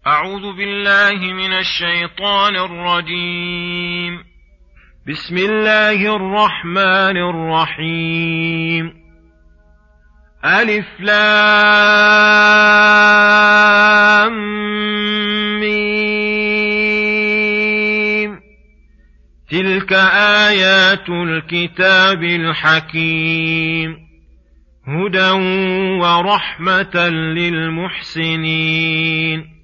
أعوذ بالله من الشيطان الرجيم. بسم الله الرحمن الرحيم. ألف لام ميم. تلك آيات الكتاب الحكيم، هدى ورحمة للمحسنين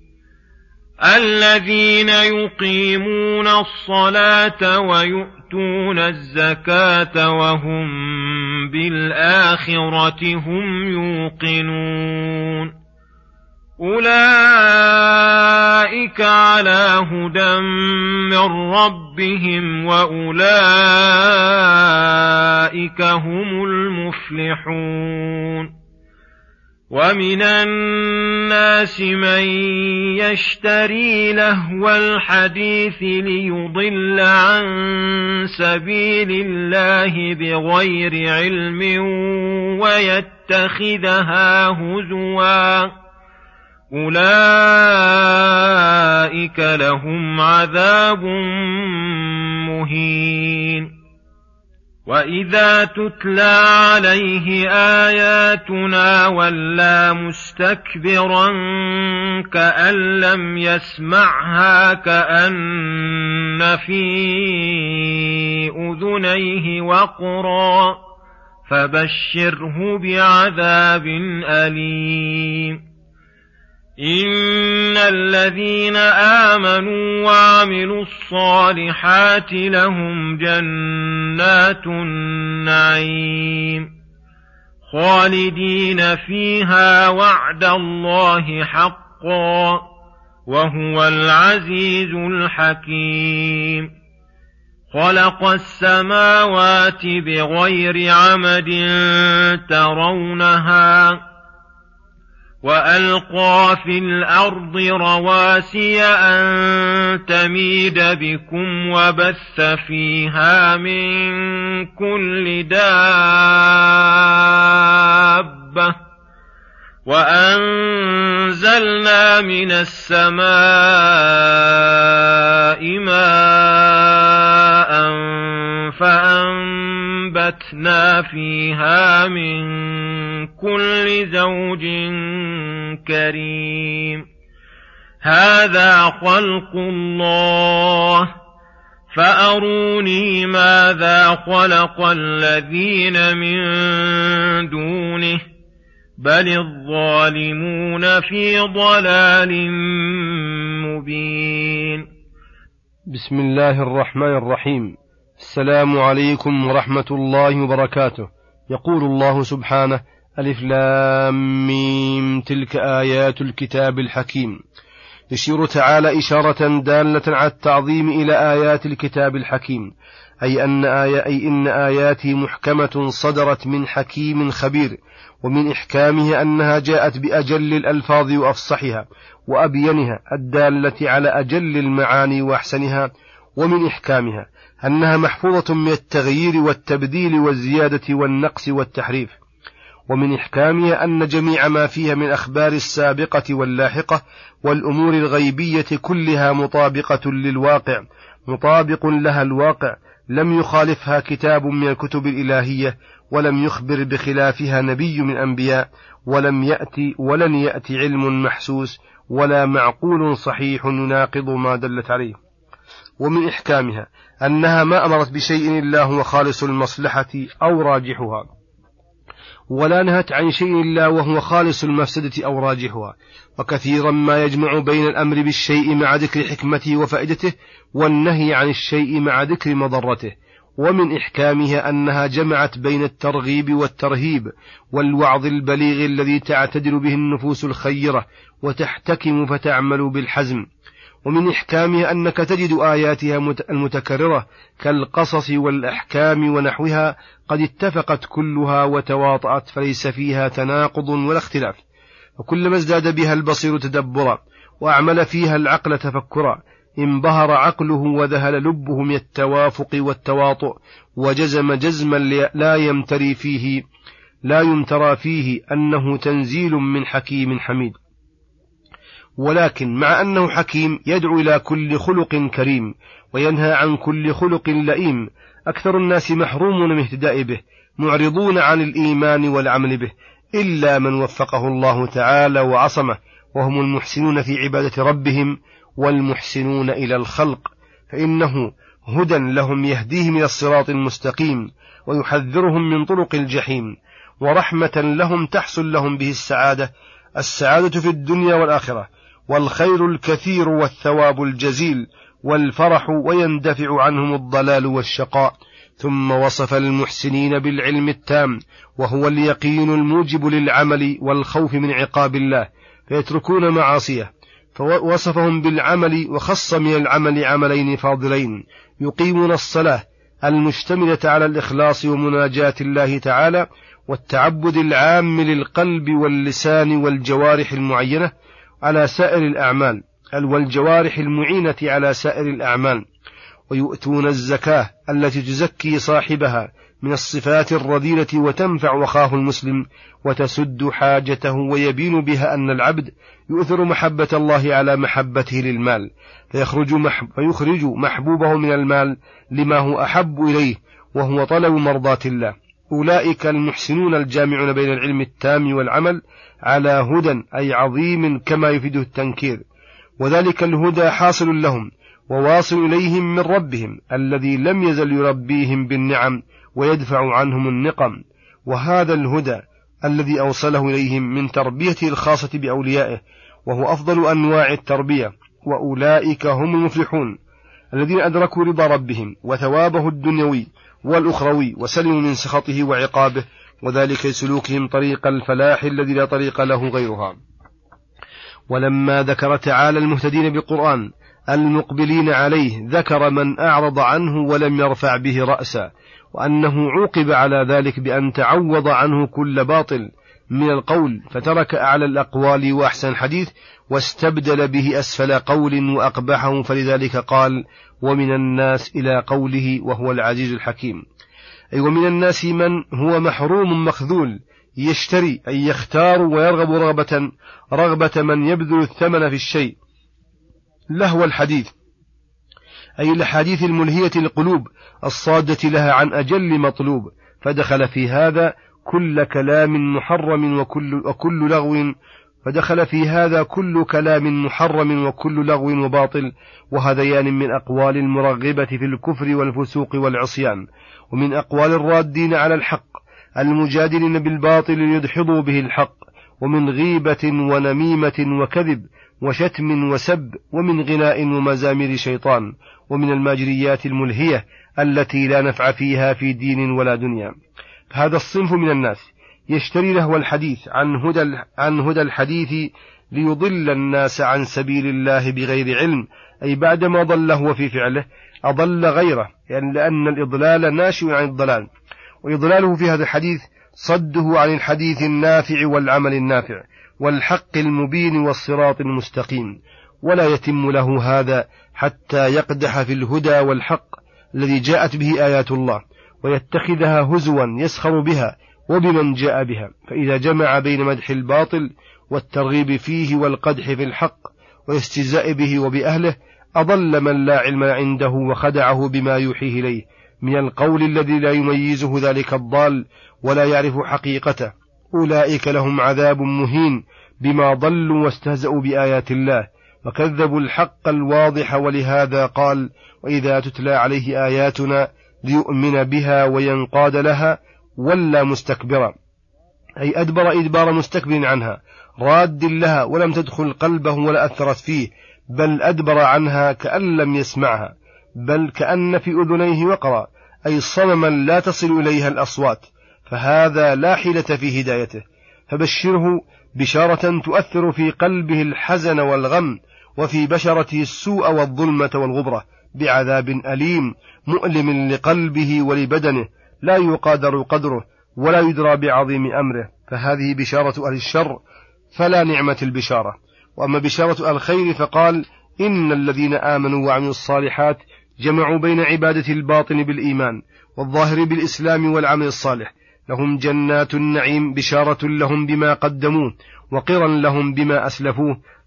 الذين يقيمون الصلاة ويؤتون الزكاة وهم بالآخرة هم يوقنون. أولئك على هدى من ربهم وأولئك هم المفلحون. ومن الناس من يشتري لهو الحديث ليضل عن سبيل الله بغير علم ويتخذها هزوا، أولئك لهم عذاب مهين. وإذا تتلى عليه آياتنا ولى مستكبرا كأن لم يسمعها كأن في أذنيه وقرا، فبشره بعذاب أليم. إن الذين آمنوا وعملوا الصالحات لهم جنات النعيم خالدين فيها وعد الله حقا، وهو العزيز الحكيم. خلق السماوات بغير عمد ترونها، وألقى في الأرض رواسي أن تميد بكم وبث فيها من كل دابة، وأنزلنا من السماء ماء فأنبتنا فيها من كل زوج كريم. هذا خلق الله، فأروني ماذا خلق الذين من دونه، بل الظالمون في ضلال مبين. بسم الله الرحمن الرحيم. السلام عليكم ورحمة الله وبركاته. يقول الله سبحانه: ألف لام ميم. تلك آيات الكتاب الحكيم. يشير تعالى إشارة دالة على التعظيم إلى آيات الكتاب الحكيم، أي إن آياته محكمة صدرت من حكيم خبير، ومن إحكامه أنها جاءت بأجل الألفاظ وأفصحها وأبينها الدالة على أجل المعاني وأحسنها. ومن إحكامها أنها محفوظة من التغيير والتبديل والزيادة والنقص والتحريف. ومن إحكامها أن جميع ما فيها من أخبار السابقة واللاحقة والأمور الغيبية كلها مطابقة للواقع، مطابق لها الواقع، لم يخالفها كتاب من الكتب الإلهية، ولم يخبر بخلافها نبي من أنبياء، ولن يأتي علم محسوس ولا معقول صحيح يناقض ما دلت عليه. ومن إحكامها أنها ما أمرت بشيء إلا هو خالص المصلحة أو راجحها، ولا نهت عن شيء إلا وهو خالص المفسدة أو راجحها. وكثيرا ما يجمع بين الأمر بالشيء مع ذكر حكمته وفائدته، والنهي عن الشيء مع ذكر مضرته. ومن إحكامها أنها جمعت بين الترغيب والترهيب والوعظ البليغ الذي تعتدل به النفوس الخيرة وتحتكم فتعمل بالحزم. ومن إحكامها أنك تجد آياتها المتكررة كالقصص والأحكام ونحوها قد اتفقت كلها وتواطأت، فليس فيها تناقض ولا اختلاف. وكلما ازداد بها البصير تدبرا وأعمل فيها العقل تفكرا انبهر عقله وذهل لبه من التوافق والتواطؤ، وجزم جزما لا يمترى فيه أنه تنزيل من حكيم حميد. ولكن مع أنه حكيم يدعو إلى كل خلق كريم وينهى عن كل خلق لئيم. أكثر الناس محرومون من اهتداء به، معرضون عن الإيمان والعمل به، إلا من وفقه الله تعالى وعصمه، وهم المحسنون في عبادة ربهم والمحسنون إلى الخلق، فإنه هدى لهم يهديهم إلى الصراط المستقيم ويحذرهم من طرق الجحيم، ورحمة لهم تحصل لهم به السعادة في الدنيا والآخرة، والخير الكثير والثواب الجزيل والفرح، ويندفع عنهم الضلال والشقاء. ثم وصف المحسنين بالعلم التام، وهو اليقين الموجب للعمل والخوف من عقاب الله، فيتركون معاصيه. فوصفهم بالعمل، وخص من العمل عملين فاضلين: يقيمون الصلاة المشتملة على الإخلاص ومناجاة الله تعالى، والتعبد العام للقلب واللسان والجوارح المعينة على سائر الأعمال، والجوارح المعينة على سائر الأعمال. ويؤتون الزكاة التي تزكي صاحبها من الصفات الرذيلة وتنفع أخاه المسلم وتسد حاجته، ويبين بها أن العبد يؤثر محبة الله على محبته للمال، فيخرج محبوبه من المال لما هو أحب إليه، وهو طلب مرضاة الله. أولئك المحسنون الجامعون بين العلم التام والعمل على هدى، أي عظيم كما يفيده التنكير، وذلك الهدى حاصل لهم وواصل إليهم من ربهم الذي لم يزل يربيهم بالنعم ويدفع عنهم النقم. وهذا الهدى الذي أوصله إليهم من تربيته الخاصة بأوليائه، وهو أفضل أنواع التربية. وأولئك هم المفلحون الذين أدركوا رضا ربهم وثوابه الدنيوي والأخروي، وسلموا من سخطه وعقابه، وذلك سلوكهم طريق الفلاح الذي لا طريق له غيرها. ولما ذكر تعالى المهتدين بالقرآن المقبلين عليه، ذكر من أعرض عنه ولم يرفع به رأسا، وأنه عوقب على ذلك بأن تعوض عنه كل باطل من القول، فترك أعلى الأقوال وأحسن الحديث، واستبدل به أسفل قول وأقبحه، فلذلك قال: ومن الناس إلى قوله وهو العزيز الحكيم. أي ومن الناس من هو محروم مخذول، يشتري أي يختار ويرغب رغبة من يبذل الثمن في الشيء، لهو الحديث، أي الحديث الملهية القلوب الصادة لها عن أجل مطلوب، فدخل في هذا كل كلام محرم وكل لغو، فدخل في هذا كل كلام محرم وكل لغو وباطل، وهذيان من أقوال المرغبة في الكفر والفسوق والعصيان، ومن أقوال الرادين على الحق المجادلين بالباطل ليدحضوا به الحق، ومن غيبة ونميمة وكذب وشتم وسب، ومن غناء ومزامير شيطان، ومن الماجريات الملهية التي لا نفع فيها في دين ولا دنيا. هذا الصنف من الناس يشتري لهو الحديث عن هدى الحديث ليضل الناس عن سبيل الله بغير علم، أي بعدما ضل هو في فعله أضل غيره، يعني لأن الإضلال ناشئ عن الضلال، وإضلاله في هذا الحديث صده عن الحديث النافع والعمل النافع والحق المبين والصراط المستقيم، ولا يتم له هذا حتى يقدح في الهدى والحق الذي جاءت به آيات الله، ويتخذها هزوا يسخر بها وبمن جاء بها. فإذا جمع بين مدح الباطل والترغيب فيه والقدح في الحق والاستهزاء به وبأهله، أضل من لا علم عنده وخدعه بما يوحيه إليه من القول الذي لا يميزه ذلك الضال ولا يعرف حقيقته. أولئك لهم عذاب مهين بما ضلوا واستهزأوا بآيات الله وكذبوا الحق الواضح. ولهذا قال: وإذا تتلى عليه آياتنا ليؤمن بها وينقاد لها ولا مستكبرا، أي أدبر إدبار مستكبر عنها راد لها ولم تدخل قلبه ولا أثرت فيه، بل أدبر عنها كأن لم يسمعها، بل كأن في أذنيه وقرا، أي صمما لا تصل إليها الأصوات، فهذا لا حيلة في هدايته. فبشره بشارة تؤثر في قلبه الحزن والغم، وفي بشرته السوء والظلمة والغبرة، بعذاب أليم مؤلم لقلبه ولبدنه لا يقادر قدره ولا يدرى بعظيم أمره. فهذه بشارة أهل الشر، فلا نعمة البشارة. وأما بشارة أهل الخير فقال: إن الذين آمنوا وعملوا الصالحات جمعوا بين عبادة الباطن بالإيمان والظاهر بالإسلام والعمل الصالح، لهم جنات النعيم، بشارة لهم بما قدموه وقرا لهم بما أسلفوه،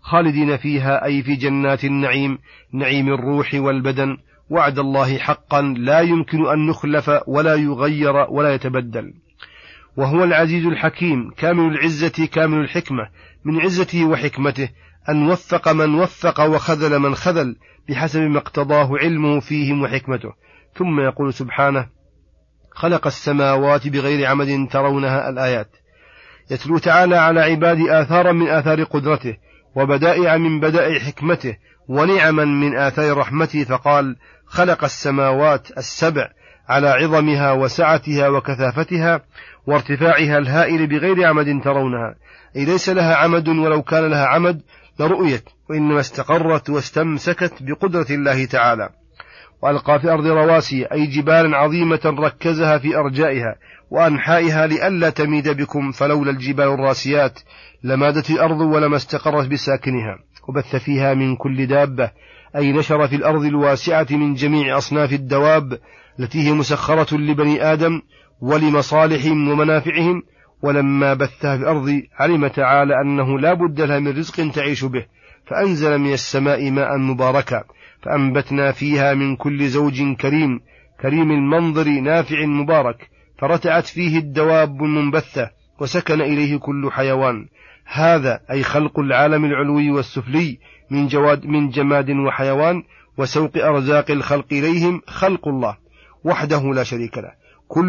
خالدين فيها أي في جنات النعيم، نعيم الروح والبدن، وعد الله حقا لا يمكن أن يخلف ولا يغير ولا يتبدل. وهو العزيز الحكيم كامل العزة كامل الحكمة، من عزته وحكمته أن وفق من وفق وخذل من خذل بحسب ما اقتضاه علمه فيهم وحكمته. ثم يقول سبحانه: خلق السماوات بغير عمد ترونها. الآيات. يتلو تعالى على عباده آثارا من آثار قدرته، وبدائع من بدائع حكمته، ونعما من آثار رحمته، فقال: خلق السماوات السبع على عظمها وسعتها وكثافتها وارتفاعها الهائل بغير عمد ترونها، أي ليس لها عمد، ولو كان لها عمد لرؤيت، وإنما استقرت واستمسكت بقدرة الله تعالى. وألقى في الأرض رواسي، أي جبالا عظيمة ركزها في أرجائها وأنحائها لئلا تميد بكم، فلولا الجبال الراسيات لمادت الأرض ولما استقرت بساكنها. وبث فيها من كل دابة، أي نشر في الأرض الواسعة من جميع أصناف الدواب التي هي مسخرة لبني آدم ولمصالحهم ومنافعهم. ولما بثها في الأرض علم تعالى أنه لا بد لها من رزق تعيش به، فأنزل من السماء ماء مباركا، فأنبتنا فيها من كل زوج كريم، كريم المنظر نافع مبارك، فرتعت فيه الدواب المنبثة، وسكن إليه كل حيوان. هذا أي خلق العالم العلوي والسفلي من جماد وحيوان، وسوق أرزاق الخلق إليهم خلق الله وحده لا شريك له،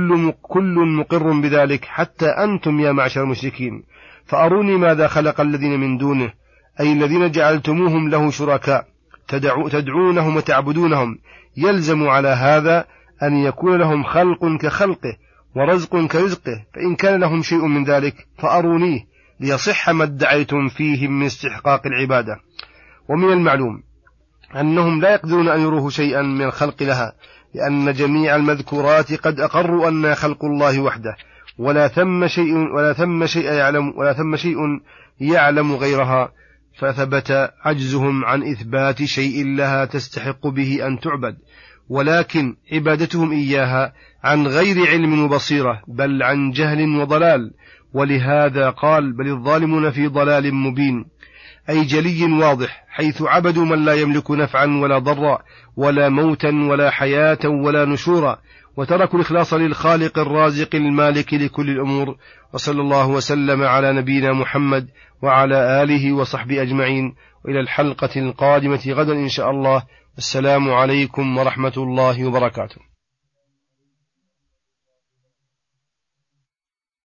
كل مقر بذلك، حتى أنتم يا معشر المشركين. فأروني ماذا خلق الذين من دونه، أي الذين جعلتموهم له شركاء تدعونهم وتعبدونهم. يلزم على هذا أن يكون لهم خلق كخلقه ورزق كرزقه، فإن كان لهم شيء من ذلك فأرونيه ليصح ما ادعيتم فيهم من استحقاق العبادة. ومن المعلوم أنهم لا يقدرون أن يروه شيئا من الخلق لها، لأن جميع المذكورات قد أقروا أن خلق الله وحده، ولا ثم شيء يعلم غيرها، فثبت عجزهم عن إثبات شيء لها تستحق به أن تعبد، ولكن عبادتهم إياها عن غير علم وبصيرة، بل عن جهل وضلال. ولهذا قال: بل الظالمون في ضلال مبين، أي جلي واضح، حيث عبدوا من لا يملك نفعا ولا ضرا ولا موتا ولا حياة ولا نشورا، وتركوا الإخلاص للخالق الرازق المالك لكل الأمور. وصلى الله وسلم على نبينا محمد وعلى آله وصحبه أجمعين، وإلى الحلقة القادمة غدا إن شاء الله. السلام عليكم ورحمة الله وبركاته.